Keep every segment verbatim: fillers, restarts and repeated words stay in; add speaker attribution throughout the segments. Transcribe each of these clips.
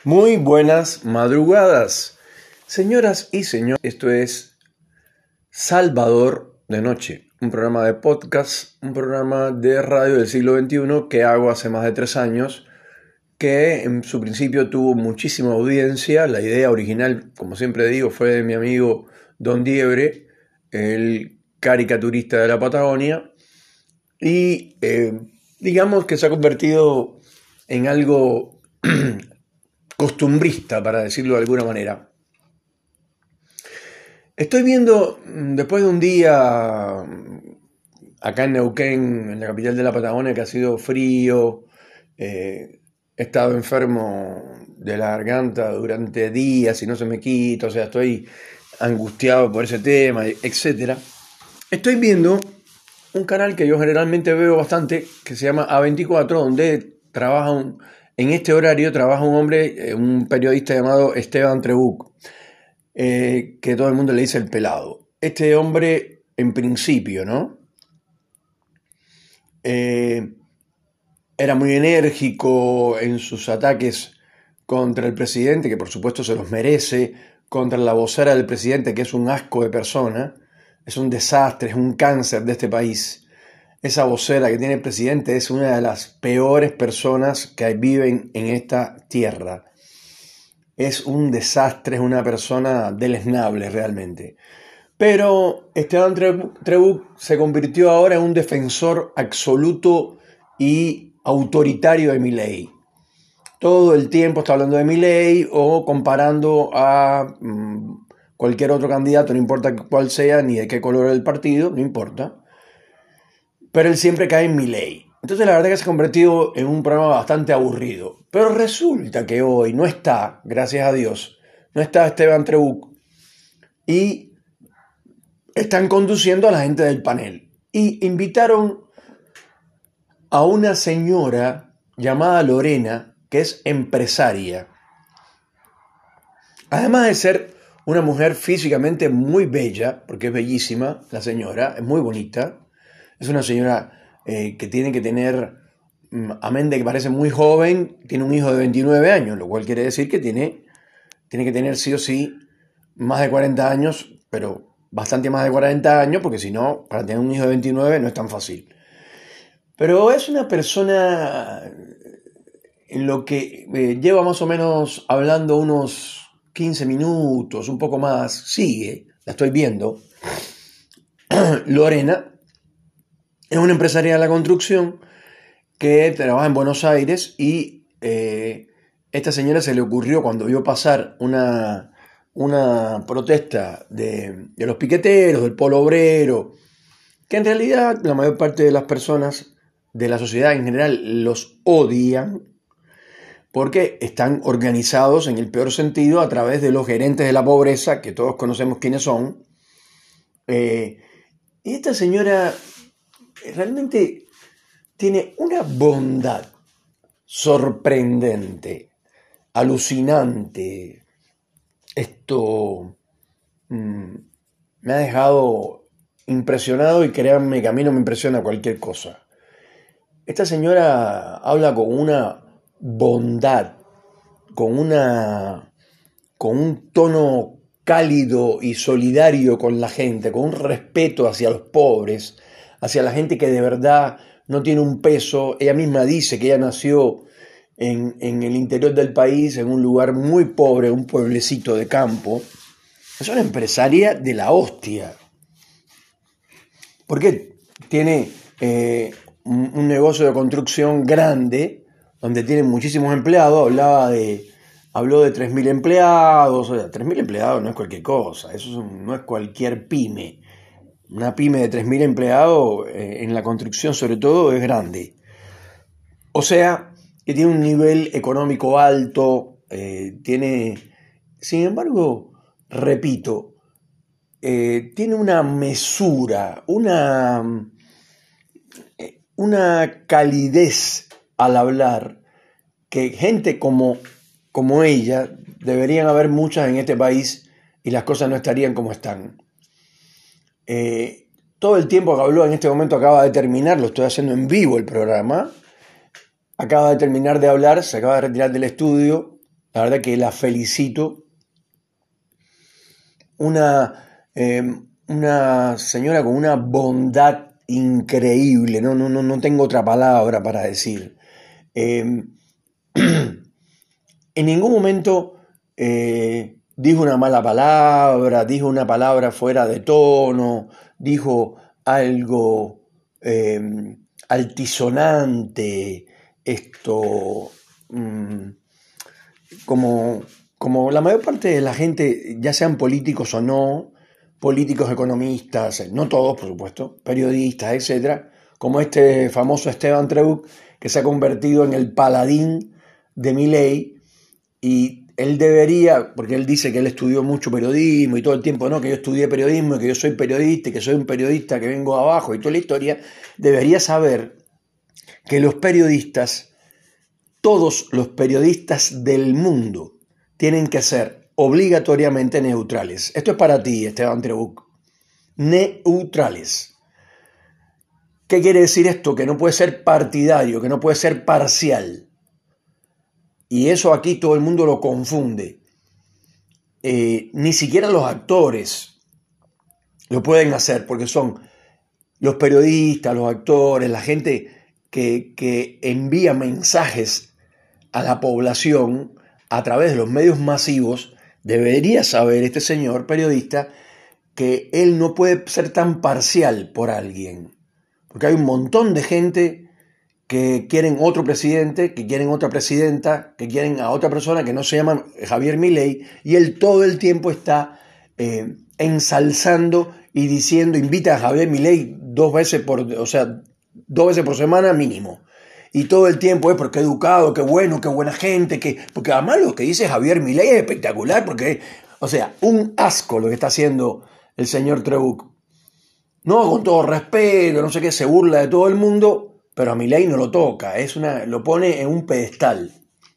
Speaker 1: Muy buenas madrugadas, señoras y señores. Esto es Salvador de Noche, un programa de podcast, un programa de radio del siglo veintiuno que hago hace más de tres años, que en su principio tuvo muchísima audiencia. La idea original, como siempre digo, fue de mi amigo Don Diebre, el caricaturista de la Patagonia, y eh, digamos que se ha convertido en algo costumbrista, para decirlo de alguna manera. Estoy viendo, después de un día acá en Neuquén, en la capital de la Patagonia, que ha sido frío, eh, he estado enfermo de la garganta durante días y no se me quita, o sea, estoy angustiado por ese tema, etcétera. Estoy viendo un canal que yo generalmente veo bastante, que se llama A veinticuatro, donde trabaja un, en este horario trabaja un hombre, un periodista llamado Esteban Trebuch, eh, que todo el mundo le dice el pelado. Este hombre, en principio, ¿no? Eh, era muy enérgico en sus ataques contra el presidente, que por supuesto se los merece, contra la vocera del presidente, que es un asco de persona, es un desastre, es un cáncer de este país. Esa vocera que tiene el presidente es una de las peores personas que viven en esta tierra. Es un desastre, es una persona deleznable realmente. Pero Esteban Trebuch se convirtió ahora en un defensor absoluto y autoritario de Milei. Todo el tiempo está hablando de Milei o comparando a mmm, cualquier otro candidato, no importa cuál sea ni de qué color es el partido, no importa. Pero él siempre cae en Milei. Entonces la verdad que se ha convertido en un programa bastante aburrido. Pero resulta que hoy no está, gracias a Dios, no está Esteban Trebuch. Y están conduciendo a la gente del panel. Y invitaron a una señora llamada Lorena, que es empresaria. Además de ser una mujer físicamente muy bella, porque es bellísima la señora, es muy bonita. Es una señora eh, que tiene que tener, amén de que parece muy joven, tiene un hijo de veintinueve años, lo cual quiere decir que tiene, tiene que tener sí o sí más de cuarenta años, pero bastante más de cuarenta años, porque si no, para tener un hijo de veintinueve no es tan fácil. Pero es una persona en lo que eh, lleva más o menos hablando unos quince minutos, un poco más, sigue, la estoy viendo, Lorena. Es una empresaria de la construcción que trabaja en Buenos Aires y eh, esta señora se le ocurrió cuando vio pasar una, una protesta de, de los piqueteros, del polo obrero, que en realidad la mayor parte de las personas de la sociedad en general los odian porque están organizados en el peor sentido a través de los gerentes de la pobreza, que todos conocemos quiénes son. Eh, y esta señora realmente tiene una bondad sorprendente, alucinante. Esto mmm, me ha dejado impresionado y créanme que a mí no me impresiona cualquier cosa. Esta señora habla con una bondad, con, una, con un tono cálido y solidario con la gente, con un respeto hacia los pobres, hacia la gente que de verdad no tiene un peso. Ella misma dice que ella nació en, en el interior del país, en un lugar muy pobre, un pueblecito de campo. Es una empresaria de la hostia. Porque tiene eh, un, un negocio de construcción grande, donde tiene muchísimos empleados. Hablaba de, habló de tres mil empleados. O sea, tres mil empleados no es cualquier cosa, eso no es cualquier pyme. Una pyme de tres mil empleados eh, en la construcción sobre todo es grande. O sea, que tiene un nivel económico alto, eh, tiene, sin embargo, repito, eh, tiene una mesura, una, una calidez al hablar, que gente como, como ella, deberían haber muchas en este país y las cosas no estarían como están. Eh, todo el tiempo que habló en este momento acaba de terminar, lo estoy haciendo en vivo el programa, acaba de terminar de hablar, se acaba de retirar del estudio La verdad que la felicito. Una, eh, una señora con una bondad increíble, no, no, no, no tengo otra palabra para decir. Eh, en ningún momento eh, dijo una mala palabra, dijo una palabra fuera de tono, dijo algo eh, altisonante, esto, mmm, como, como la mayor parte de la gente, ya sean políticos o no, políticos, economistas, no todos por supuesto, periodistas, etcétera, como este famoso Esteban Trebuch, que se ha convertido en el paladín de Milei, y él debería, porque él dice que él estudió mucho periodismo y todo el tiempo, no, que yo estudié periodismo, que yo soy periodista, que soy un periodista que vengo abajo y toda la historia, debería saber que los periodistas, todos los periodistas del mundo, tienen que ser obligatoriamente neutrales. Esto es para ti, Esteban Trebuch. Neutrales. ¿Qué quiere decir esto? Que no puede ser partidario, que no puede ser parcial. Y eso aquí todo el mundo lo confunde. Eh, ni siquiera los actores lo pueden hacer, porque son los periodistas, los actores, la gente que, que envía mensajes a la población a través de los medios masivos. Debería saber este señor periodista que él no puede ser tan parcial por alguien, porque hay un montón de gente que quieren otro presidente, que quieren otra presidenta, que quieren a otra persona que no se llama Javier Milei, y él todo el tiempo está eh, ensalzando y diciendo, invita a Javier Milei dos veces por, o sea, dos veces por semana mínimo. Y todo el tiempo es porque educado, qué bueno, qué buena gente, que, porque además lo que dice Javier Milei es espectacular, porque, o sea, un asco lo que está haciendo el señor Trebuch. No, con todo respeto, no sé qué, se burla de todo el mundo, pero a Milei no lo toca, es una, lo pone en un pedestal.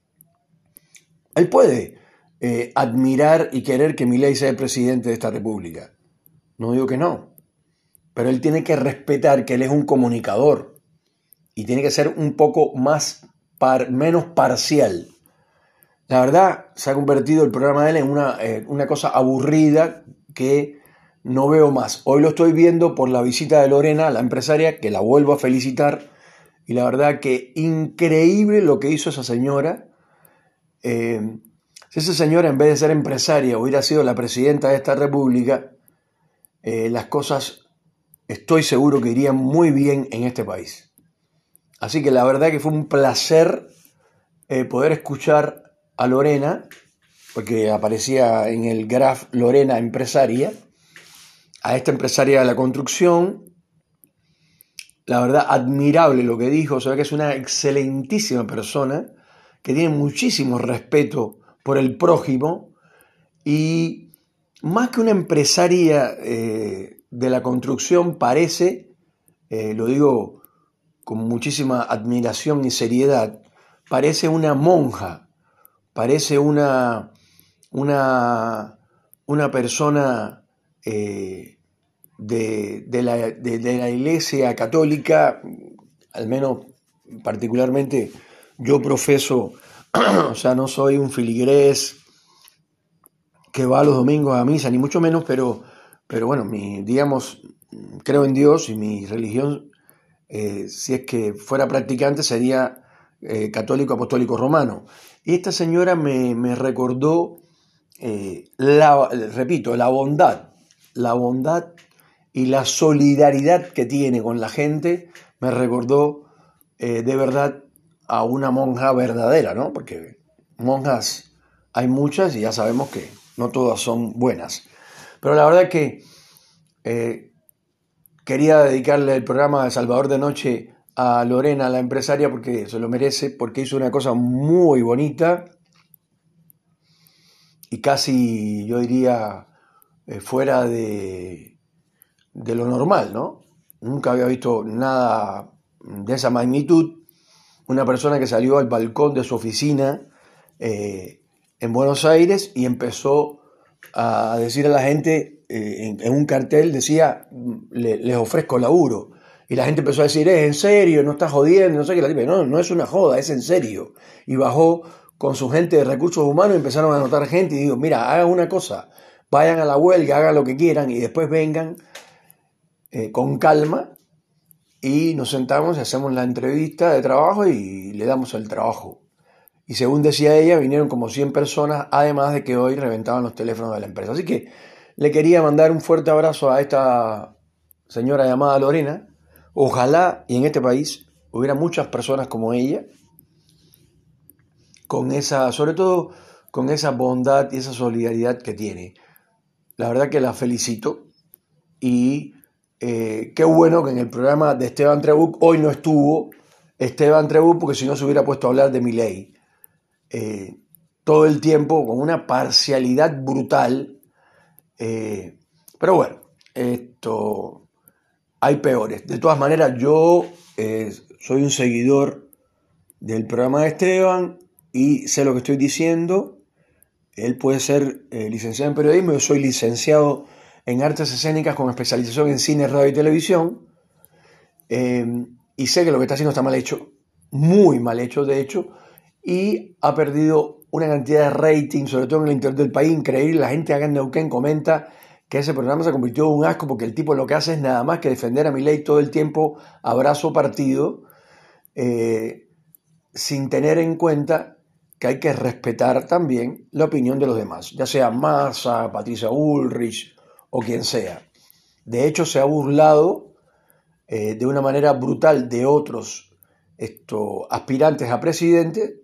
Speaker 1: Él puede eh, admirar y querer que Milei sea el presidente de esta república. No digo que no, pero él tiene que respetar que él es un comunicador y tiene que ser un poco más par, menos parcial. La verdad, se ha convertido el programa de él en una, eh, una cosa aburrida que no veo más. Hoy lo estoy viendo por la visita de Lorena, la empresaria, que la vuelvo a felicitar. Y la verdad que increíble lo que hizo esa señora. Eh, si esa señora, en vez de ser empresaria, hubiera sido la presidenta de esta república, eh, las cosas, estoy seguro que irían muy bien en este país. Así que la verdad que fue un placer eh, poder escuchar a Lorena, porque aparecía en el graph Lorena empresaria, a esta empresaria de la construcción. La verdad, admirable lo que dijo, se ve que es una excelentísima persona, que tiene muchísimo respeto por el prójimo, y más que una empresaria eh, de la construcción parece, eh, lo digo con muchísima admiración y seriedad, parece una monja, parece una, una, una persona eh, De, de, la, de, de la Iglesia Católica, al menos particularmente yo profeso, o sea, no soy un filigrés que va los domingos a misa, ni mucho menos, pero, pero bueno, mi, digamos, creo en Dios y mi religión, eh, si es que fuera practicante, sería eh, católico apostólico romano. Y esta señora me, me recordó, eh, la, repito, la bondad, la bondad y la solidaridad que tiene con la gente. Me recordó eh, de verdad a una monja verdadera, ¿no? Porque monjas hay muchas y ya sabemos que no todas son buenas. Pero la verdad que eh, quería dedicarle el programa de Salvador de Noche a Lorena, la empresaria, porque se lo merece, porque hizo una cosa muy bonita y casi, yo diría, eh, fuera de... de lo normal, ¿no? Nunca había visto nada de esa magnitud. Una persona que salió al balcón de su oficina eh, en Buenos Aires y empezó a decir a la gente, eh, en, en un cartel decía, le, les ofrezco laburo. Y la gente empezó a decir, ¿es en serio? ¿No estás jodiendo? No sé qué. La tipa, no, no es una joda, es en serio. Y bajó con su gente de recursos humanos, empezaron a anotar gente y digo, mira, hagan una cosa, vayan a la huelga, hagan lo que quieran y después vengan eh, con calma y nos sentamos y hacemos la entrevista de trabajo y le damos el trabajo. Y según decía ella, vinieron como cien personas, además de que hoy reventaban los teléfonos de la empresa. Así que le quería mandar un fuerte abrazo a esta señora llamada Lorena. Ojalá y en este país hubiera muchas personas como ella, con esa, sobre todo con esa bondad y esa solidaridad que tiene. La verdad que la felicito y eh, qué bueno que en el programa de Esteban Trebuch hoy no estuvo Esteban Trebuch, porque si no se hubiera puesto a hablar de Milei. Eh, todo el tiempo con una parcialidad brutal, eh, pero bueno, esto hay peores. De todas maneras, yo eh, soy un seguidor del programa de Esteban y sé lo que estoy diciendo. Él puede ser eh, licenciado en periodismo, yo soy licenciado en artes escénicas con especialización en cine, radio y televisión, eh, y sé que lo que está haciendo está mal hecho, muy mal hecho de hecho, y ha perdido una cantidad de rating, sobre todo en el interior del país, increíble. La gente acá en Neuquén comenta que ese programa se convirtió en un asco porque el tipo lo que hace es nada más que defender a Milei todo el tiempo, abrazo partido, eh, sin tener en cuenta que hay que respetar también la opinión de los demás, ya sea Massa, Patricia Bullrich o quien sea. De hecho, se ha burlado eh, de una manera brutal de otros esto, aspirantes a presidente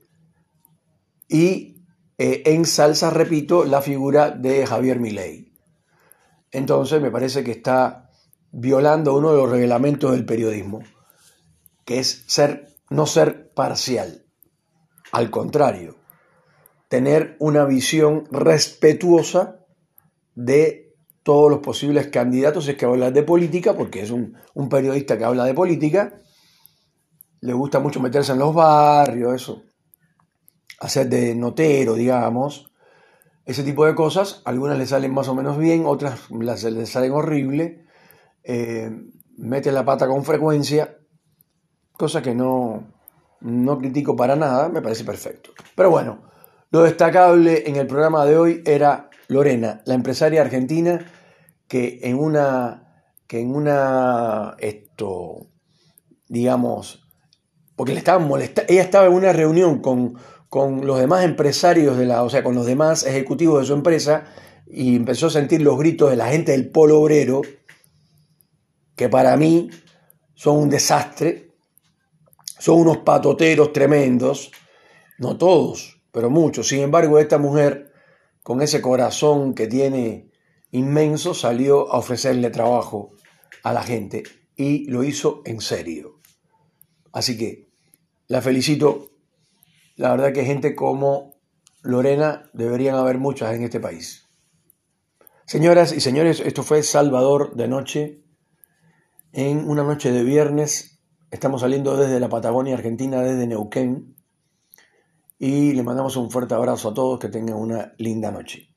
Speaker 1: y eh, ensalza, repito, la figura de Javier Milei. Entonces me parece que está violando uno de los reglamentos del periodismo, que es ser, no ser parcial. Al contrario, tener una visión respetuosa de todos los posibles candidatos. Es que hablar de política, porque es un, un periodista que habla de política, le gusta mucho meterse en los barrios, eso, hacer de notero, digamos, ese tipo de cosas. Algunas le salen más o menos bien, otras las, le salen horrible, eh, mete la pata con frecuencia, cosa que no, no critico para nada, me parece perfecto. Pero bueno, lo destacable en el programa de hoy era Lorena, la empresaria argentina que en una, que en una, esto, digamos, porque le estaban molestando, ella estaba en una reunión con, con los demás empresarios de la, o sea, con los demás ejecutivos de su empresa, y empezó a sentir los gritos de la gente del polo obrero, que para mí son un desastre, son unos patoteros tremendos, no todos, pero muchos. Sin embargo, esta mujer, con ese corazón que tiene inmenso, salió a ofrecerle trabajo a la gente y lo hizo en serio. Así que la felicito. La verdad que gente como Lorena deberían haber muchas en este país. Señoras y señores, esto fue Salvador de Noche. En una noche de viernes estamos saliendo desde la Patagonia Argentina, desde Neuquén. Y le mandamos un fuerte abrazo a todos, que tengan una linda noche.